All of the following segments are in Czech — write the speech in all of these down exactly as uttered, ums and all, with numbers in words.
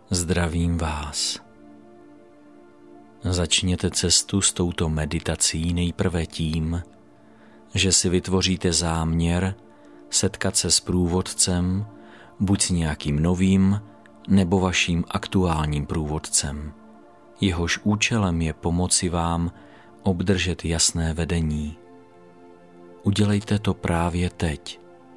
Zdravím vás. Začněte cestu s touto meditací nejprve tím, že si vytvoříte záměr setkat se s průvodcem, buď s nějakým novým, nebo vaším aktuálním průvodcem. Jehož účelem je pomoci vám obdržet jasné vedení. Udělejte to právě teď.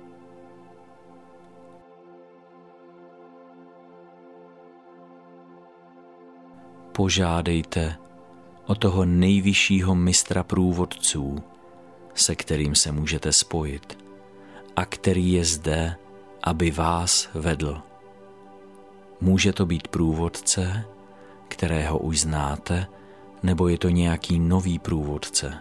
Požádejte o toho nejvyššího mistra průvodců, se kterým se můžete spojit a který je zde, aby vás vedl. Může to být průvodce, kterého už znáte, nebo je to nějaký nový průvodce.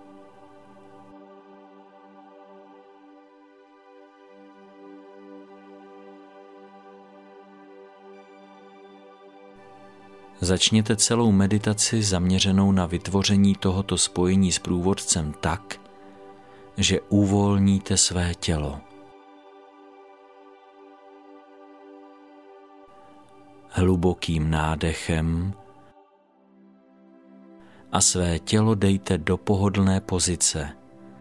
Začněte celou meditaci zaměřenou na vytvoření tohoto spojení s průvodcem tak, že uvolníte své tělo. Hlubokým nádechem a své tělo dejte do pohodlné pozice.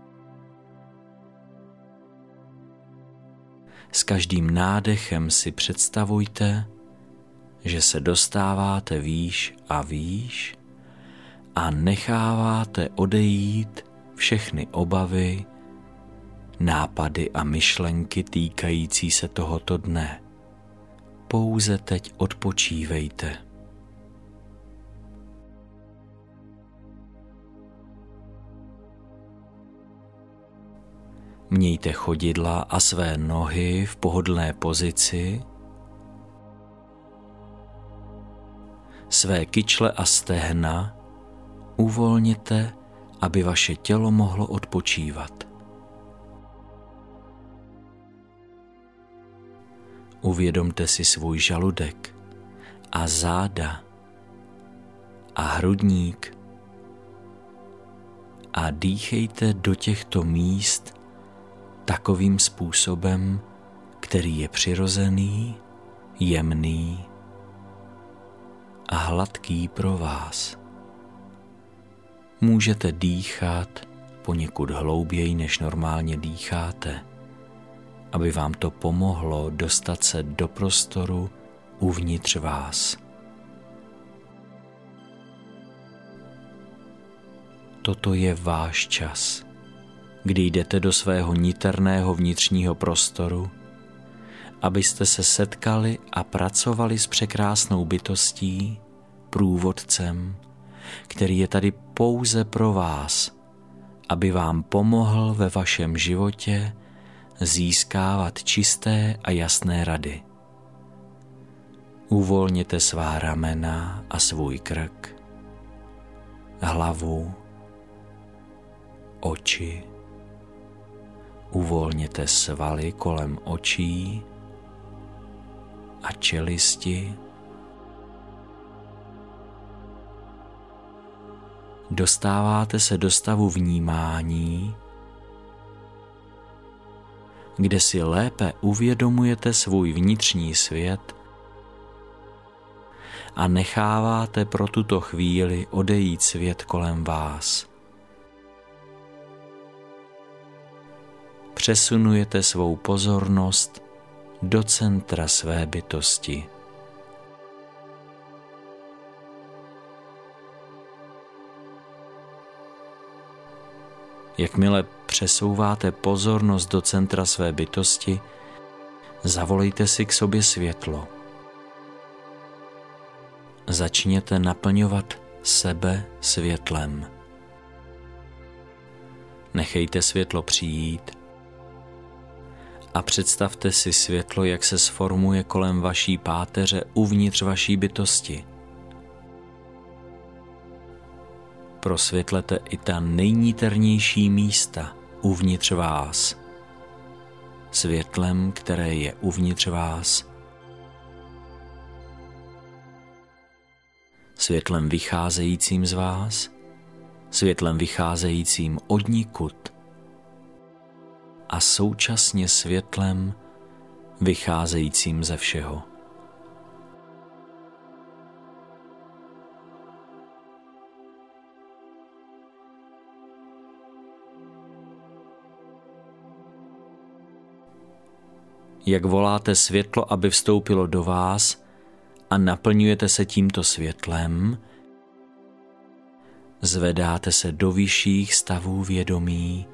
S každým nádechem si představujte, že se dostáváte výš a výš a necháváte odejít všechny obavy, nápady a myšlenky týkající se tohoto dne. Pouze teď odpočívejte. Mějte chodidla a své nohy v pohodlné pozici, své kyčle a stehna uvolněte, aby vaše tělo mohlo odpočívat. Uvědomte si svůj žaludek a záda a hrudník a dýchejte do těchto míst takovým způsobem, který je přirozený, jemný a hladký pro vás. Můžete dýchat poněkud hlouběji, než normálně dýcháte, aby vám to pomohlo dostat se do prostoru uvnitř vás. Toto je váš čas, kdy jdete do svého niterného vnitřního prostoru, abyste se setkali a pracovali s překrásnou bytostí, průvodcem, který je tady pouze pro vás, aby vám pomohl ve vašem životě získávat čisté a jasné rady. Uvolněte svá ramena a svůj krk, hlavu, oči. Uvolněte svaly kolem očí a čelisti. Dostáváte se do stavu vnímání, kde si lépe uvědomujete svůj vnitřní svět a necháváte pro tuto chvíli odejít svět kolem vás. Přesunujete svou pozornost do centra své bytosti. Jakmile přesouváte pozornost do centra své bytosti, zavolejte si k sobě světlo. Začněte naplňovat sebe světlem. Nechejte světlo přijít a představte si světlo, jak se sformuje kolem vaší páteře uvnitř vaší bytosti. Prosvětlete i ta nejniternější místa uvnitř vás. Světlem, které je uvnitř vás. Světlem vycházejícím z vás. Světlem vycházejícím odnikud. A současně světlem vycházejícím ze všeho. Jak voláte světlo, aby vstoupilo do vás a naplňujete se tímto světlem, zvedáte se do vyšších stavů vědomí,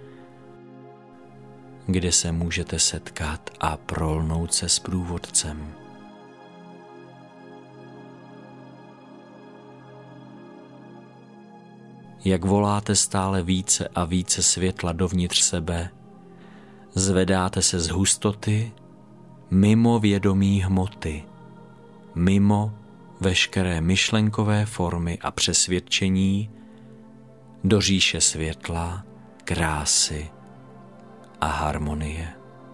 kde se můžete setkat a prolnout se s průvodcem. Jak voláte stále více a více světla dovnitř sebe, zvedáte se z hustoty mimo vědomí hmoty, mimo veškeré myšlenkové formy a přesvědčení do říše světla, krásy a harmonie.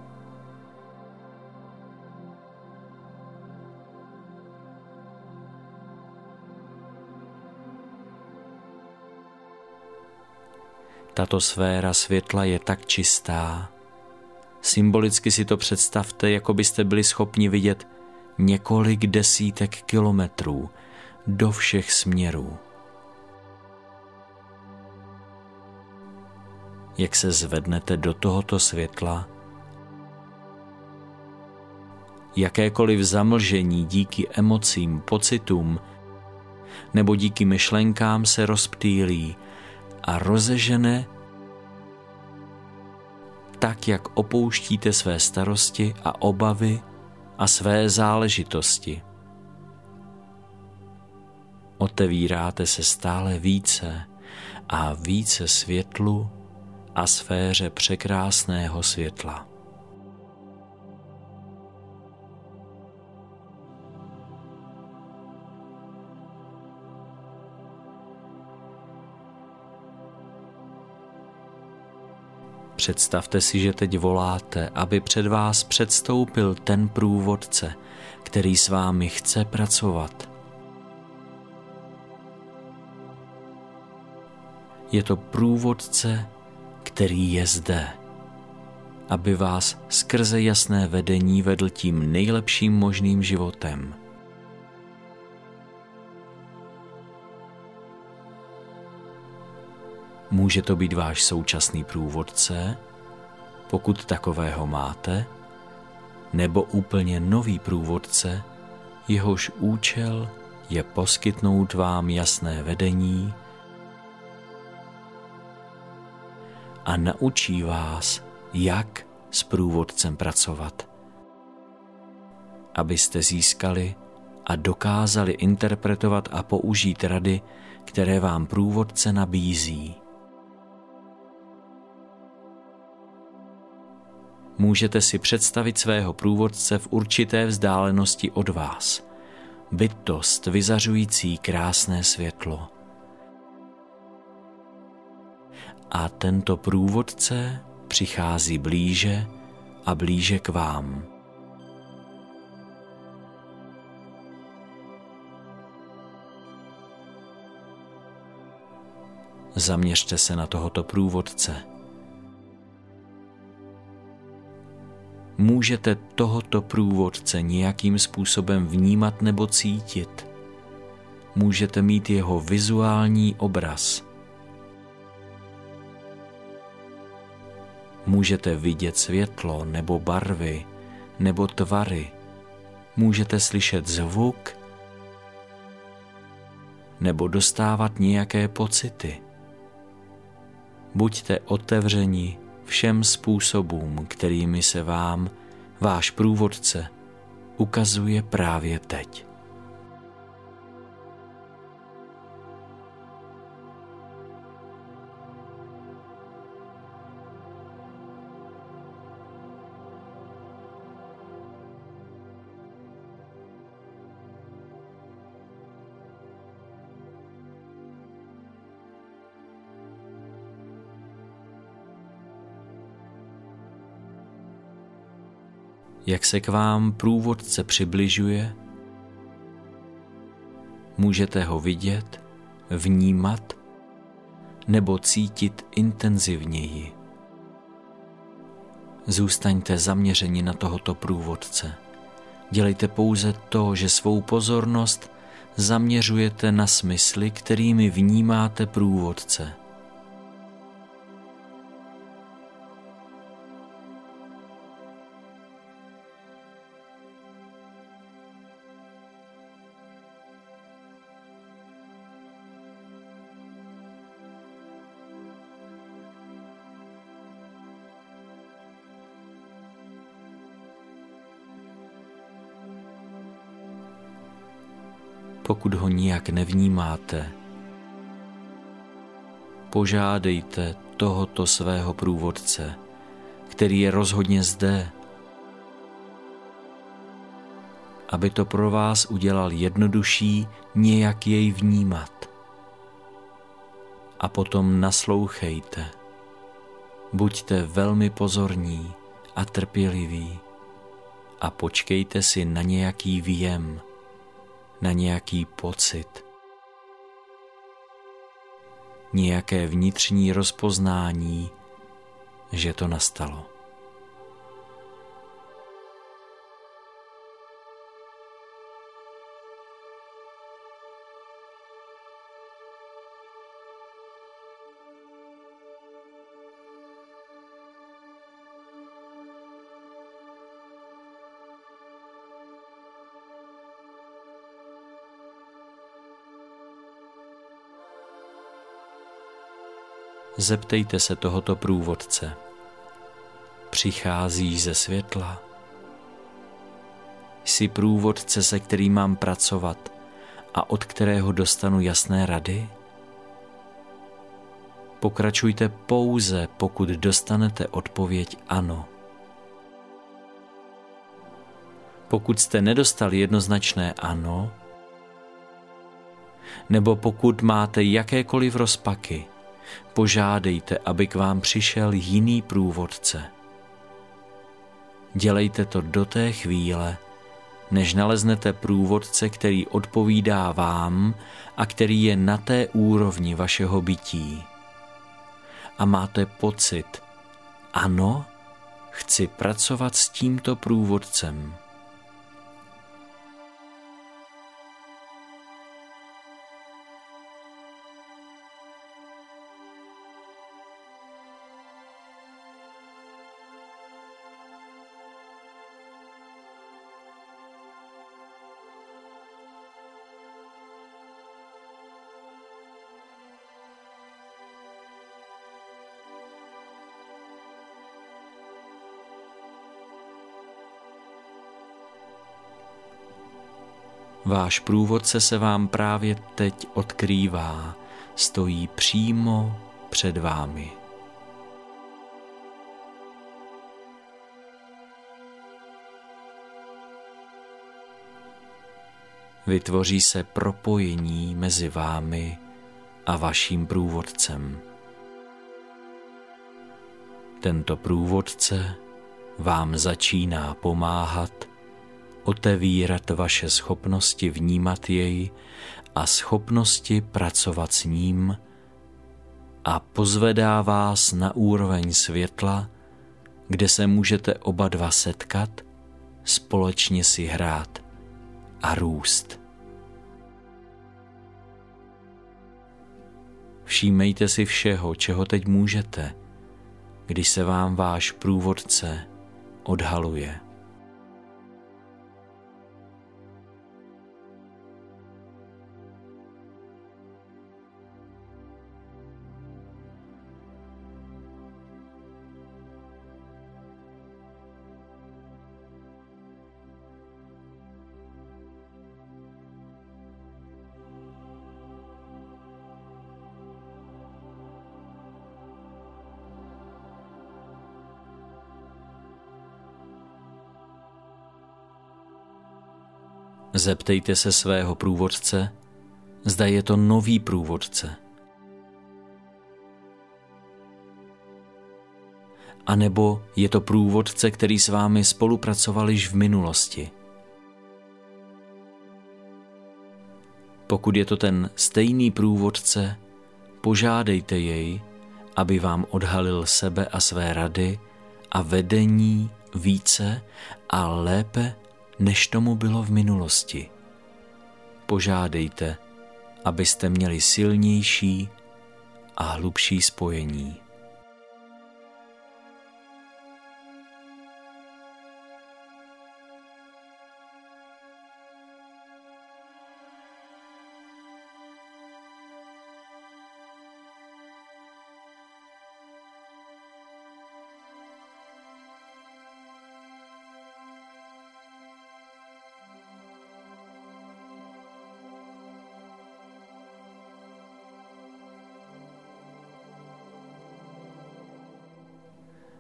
Tato sféra světla je tak čistá. Symbolicky si to představte, jako byste byli schopni vidět několik desítek kilometrů do všech směrů. Jak se zvednete do tohoto světla, jakékoliv zamlžení díky emocím, pocitům nebo díky myšlenkám se rozptýlí a rozežene tak, jak opouštíte své starosti a obavy a své záležitosti. Otevíráte se stále více a více světlu a sféře překrásného světla. Představte si, že teď voláte, aby před vás předstoupil ten průvodce, který s vámi chce pracovat. Je to průvodce, který je zde, aby vás skrze jasné vedení vedl tím nejlepším možným životem. Může to být váš současný průvodce, pokud takového máte, nebo úplně nový průvodce, jehož účel je poskytnout vám jasné vedení a naučí vás, jak s průvodcem pracovat, abyste získali a dokázali interpretovat a použít rady, které vám průvodce nabízí. Můžete si představit svého průvodce v určité vzdálenosti od vás, bytost vyzařující krásné světlo. A tento průvodce přichází blíže a blíže k vám. Zaměřte se na tohoto průvodce. Můžete tohoto průvodce nějakým způsobem vnímat nebo cítit. Můžete mít jeho vizuální obraz. Můžete vidět světlo nebo barvy nebo tvary. Můžete slyšet zvuk nebo dostávat nějaké pocity. Buďte otevřeni všem způsobům, kterými se vám váš průvodce ukazuje právě teď. Jak se k vám průvodce přibližuje, můžete ho vidět, vnímat nebo cítit intenzivněji. Zůstaňte zaměřeni na tohoto průvodce. Dělejte pouze to, že svou pozornost zaměřujete na smysly, kterými vnímáte průvodce. Pokud ho nijak nevnímáte, požádejte tohoto svého průvodce, který je rozhodně zde, aby to pro vás udělal jednodušší nějak jej vnímat. A potom naslouchejte. Buďte velmi pozorní a trpěliví a počkejte si na nějaký výjem, na nějaký pocit, nějaké vnitřní rozpoznání, že to nastalo. Zeptejte se tohoto průvodce. Přicházíš ze světla? Jsi průvodce, se kterým mám pracovat a od kterého dostanu jasné rady? Pokračujte pouze, pokud dostanete odpověď ano. Pokud jste nedostali jednoznačné ano, nebo pokud máte jakékoliv rozpaky, požádejte, aby k vám přišel jiný průvodce. Dělejte to do té chvíle, než naleznete průvodce, který odpovídá vám a který je na té úrovni vašeho bytí. A máte pocit, ano, chci pracovat s tímto průvodcem. Váš průvodce se vám právě teď odkrývá, stojí přímo před vámi. Vytvoří se propojení mezi vámi a vaším průvodcem. Tento průvodce vám začíná pomáhat otevírat vaše schopnosti vnímat jej a schopnosti pracovat s ním a pozvedá vás na úroveň světla, kde se můžete oba dva setkat, společně si hrát a růst. Všímejte si všeho, čeho teď můžete, když se vám váš průvodce odhaluje. Zeptejte se svého průvodce, zda je to nový průvodce. A nebo je to průvodce, který s vámi spolupracoval již v minulosti. Pokud je to ten stejný průvodce, požádejte jej, aby vám odhalil sebe a své rady a vedení více a lépe, než tomu bylo v minulosti. Požádejte, abyste měli silnější a hlubší spojení.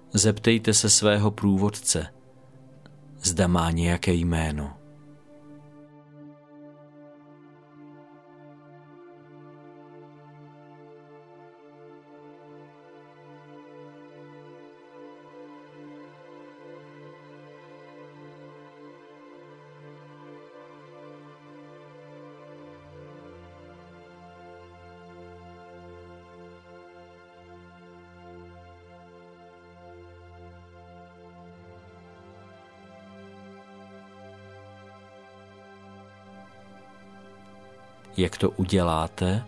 Zeptejte se svého průvodce, zda má nějaké jméno. Jak to uděláte?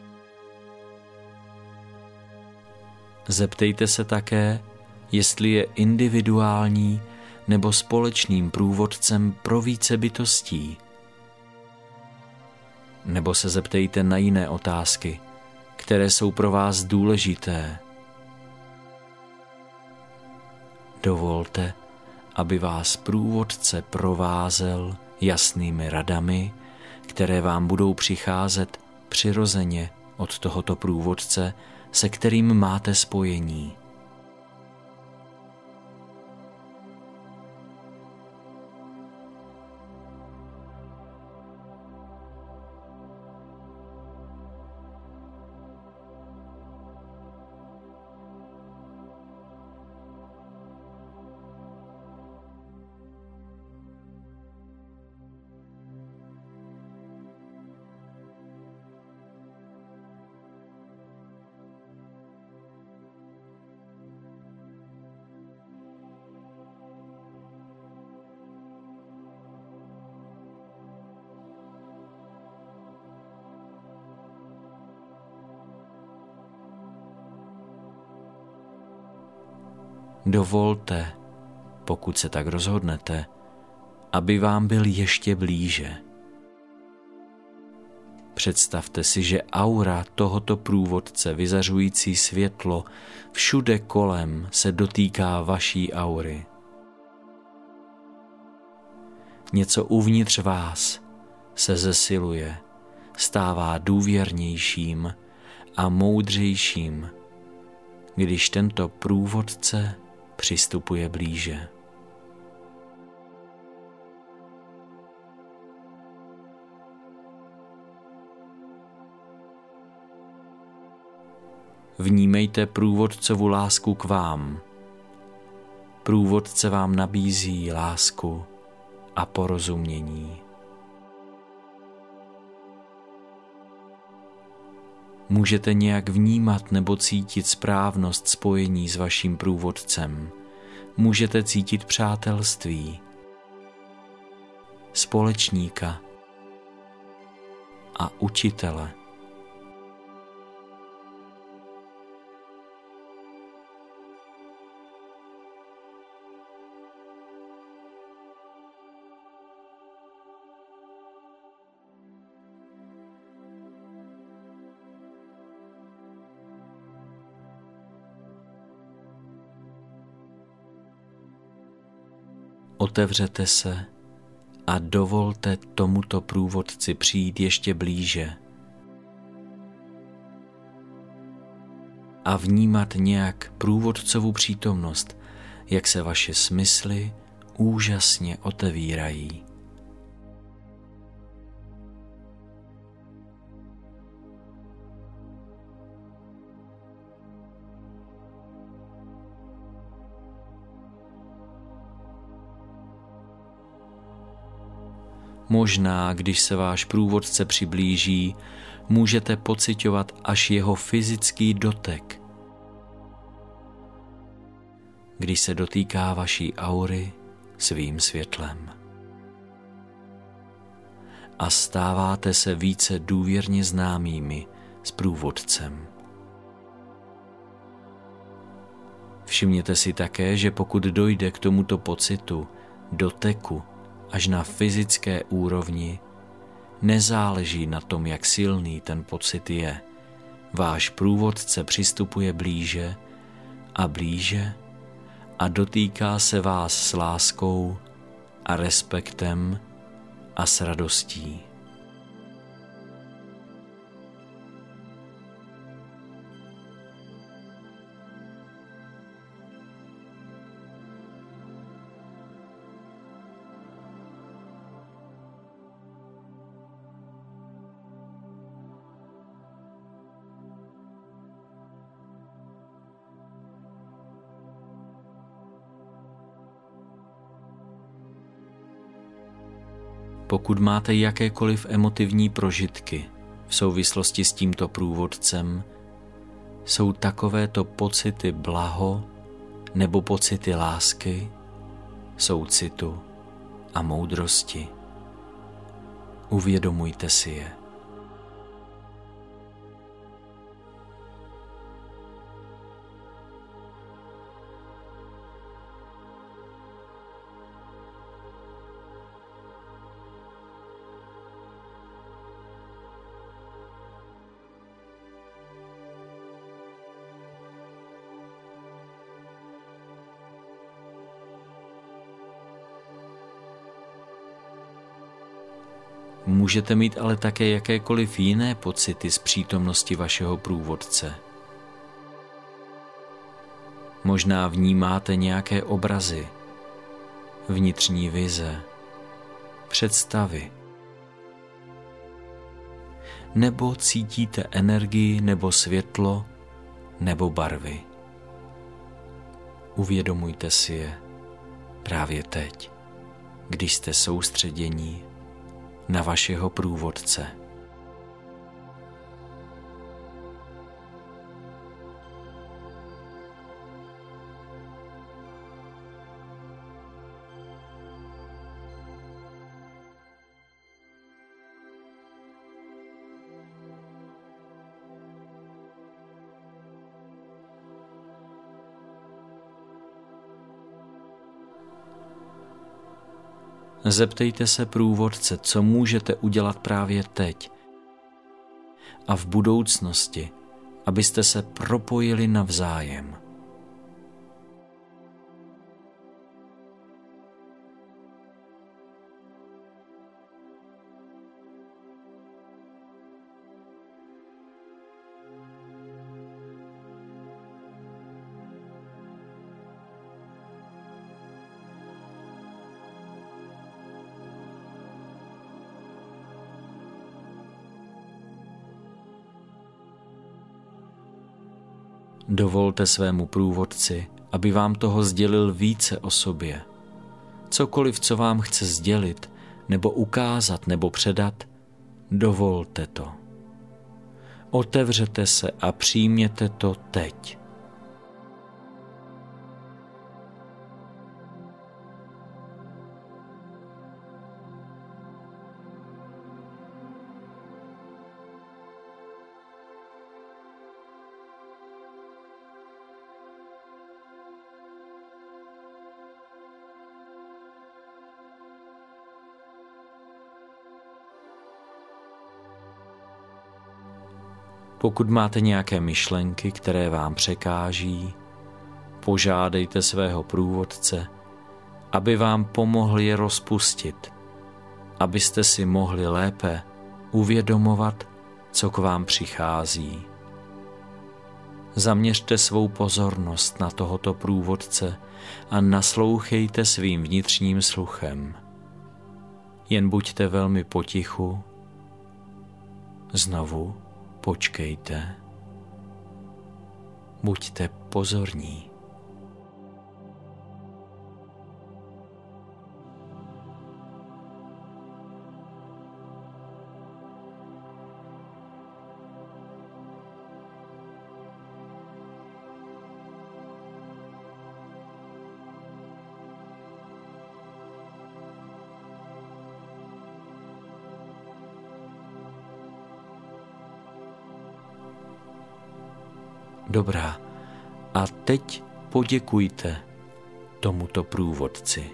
Zeptejte se také, jestli je individuální nebo společným průvodcem pro více bytostí. Nebo se zeptejte na jiné otázky, které jsou pro vás důležité. Dovolte, aby vás průvodce provázel jasnými radami, které vám budou přicházet přirozeně od tohoto průvodce, se kterým máte spojení. Dovolte, pokud se tak rozhodnete, aby vám byl ještě blíže. Představte si, že aura tohoto průvodce vyzařující světlo všude kolem se dotýká vaší aury. Něco uvnitř vás se zesiluje, stává důvěrnějším a moudřejším, když tento průvodce přistupuje blíže. Vnímejte průvodcovu lásku k vám. Průvodce vám nabízí lásku a porozumění. Můžete nějak vnímat nebo cítit správnost spojení s vaším průvodcem. Můžete cítit přátelství, společníka a učitele. Otevřete se a dovolte tomuto průvodci přijít ještě blíže a vnímat nějak průvodcovu přítomnost, jak se vaše smysly úžasně otevírají. Možná, když se váš průvodce přiblíží, můžete pociťovat až jeho fyzický dotek, když se dotýká vaší aury svým světlem. A stáváte se více důvěrně známými s průvodcem. Všimněte si také, že pokud dojde k tomuto pocitu, doteku, až na fyzické úrovni, nezáleží na tom, jak silný ten pocit je. Váš průvodce přistupuje blíže a blíže a dotýká se vás s láskou a respektem a s radostí. Pokud máte jakékoliv emotivní prožitky v souvislosti s tímto průvodcem, jsou takovéto pocity blaho nebo pocity lásky, soucitu a moudrosti. Uvědomujte si je. Můžete mít ale také jakékoliv jiné pocity z přítomnosti vašeho průvodce. Možná vnímáte nějaké obrazy, vnitřní vize, představy. Nebo cítíte energii nebo světlo nebo barvy. Uvědomujte si je právě teď, když jste soustředění na vašeho průvodce. Zeptejte se průvodce, co můžete udělat právě teď a v budoucnosti, abyste se propojili navzájem. Dovolte svému průvodci, aby vám toho sdělil více o sobě. Cokoliv, co vám chce sdělit, nebo ukázat, nebo předat, dovolte to. Otevřete se a přijměte to teď. Pokud máte nějaké myšlenky, které vám překáží, požádejte svého průvodce, aby vám pomohl je rozpustit, abyste si mohli lépe uvědomovat, co k vám přichází. Zaměřte svou pozornost na tohoto průvodce a naslouchejte svým vnitřním sluchem. Jen buďte velmi potichu. Znovu počkejte. Buďte pozorní. Dobrá, a teď poděkujte tomuto průvodci.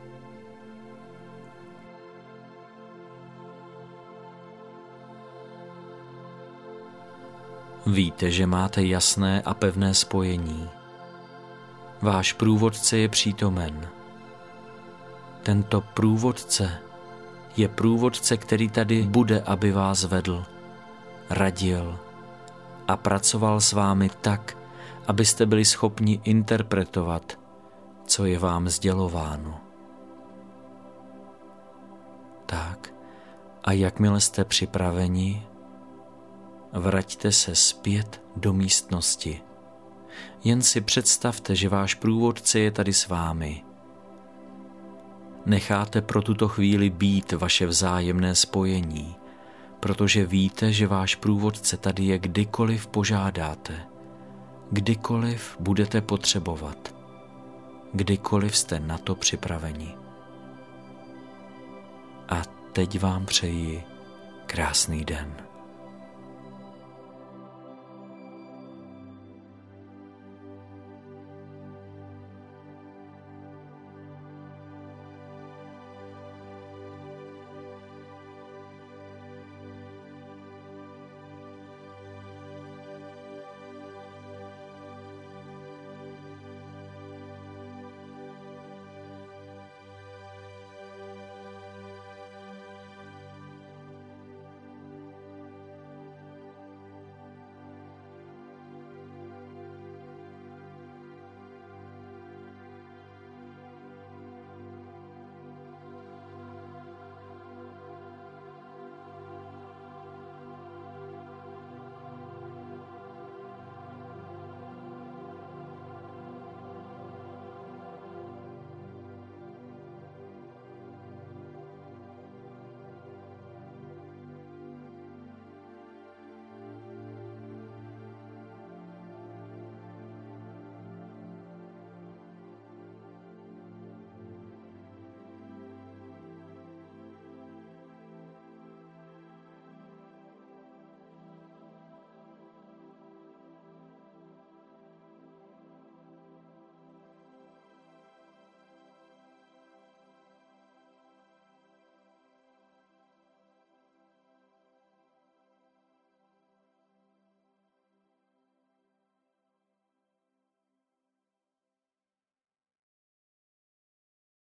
Víte, že máte jasné a pevné spojení. Váš průvodce je přítomen. Tento průvodce je průvodce, který tady bude, aby vás vedl, radil a pracoval s vámi tak, abyste byli schopni interpretovat, co je vám sdělováno. Tak, a jakmile jste připraveni, vraťte se zpět do místnosti. Jen si představte, že váš průvodce je tady s vámi. necháte pro tuto chvíli být vaše vzájemné spojení, protože víte, že váš průvodce tady je kdykoliv požádáte, kdykoliv budete potřebovat, kdykoliv jste na to připraveni. A teď vám přeji krásný den.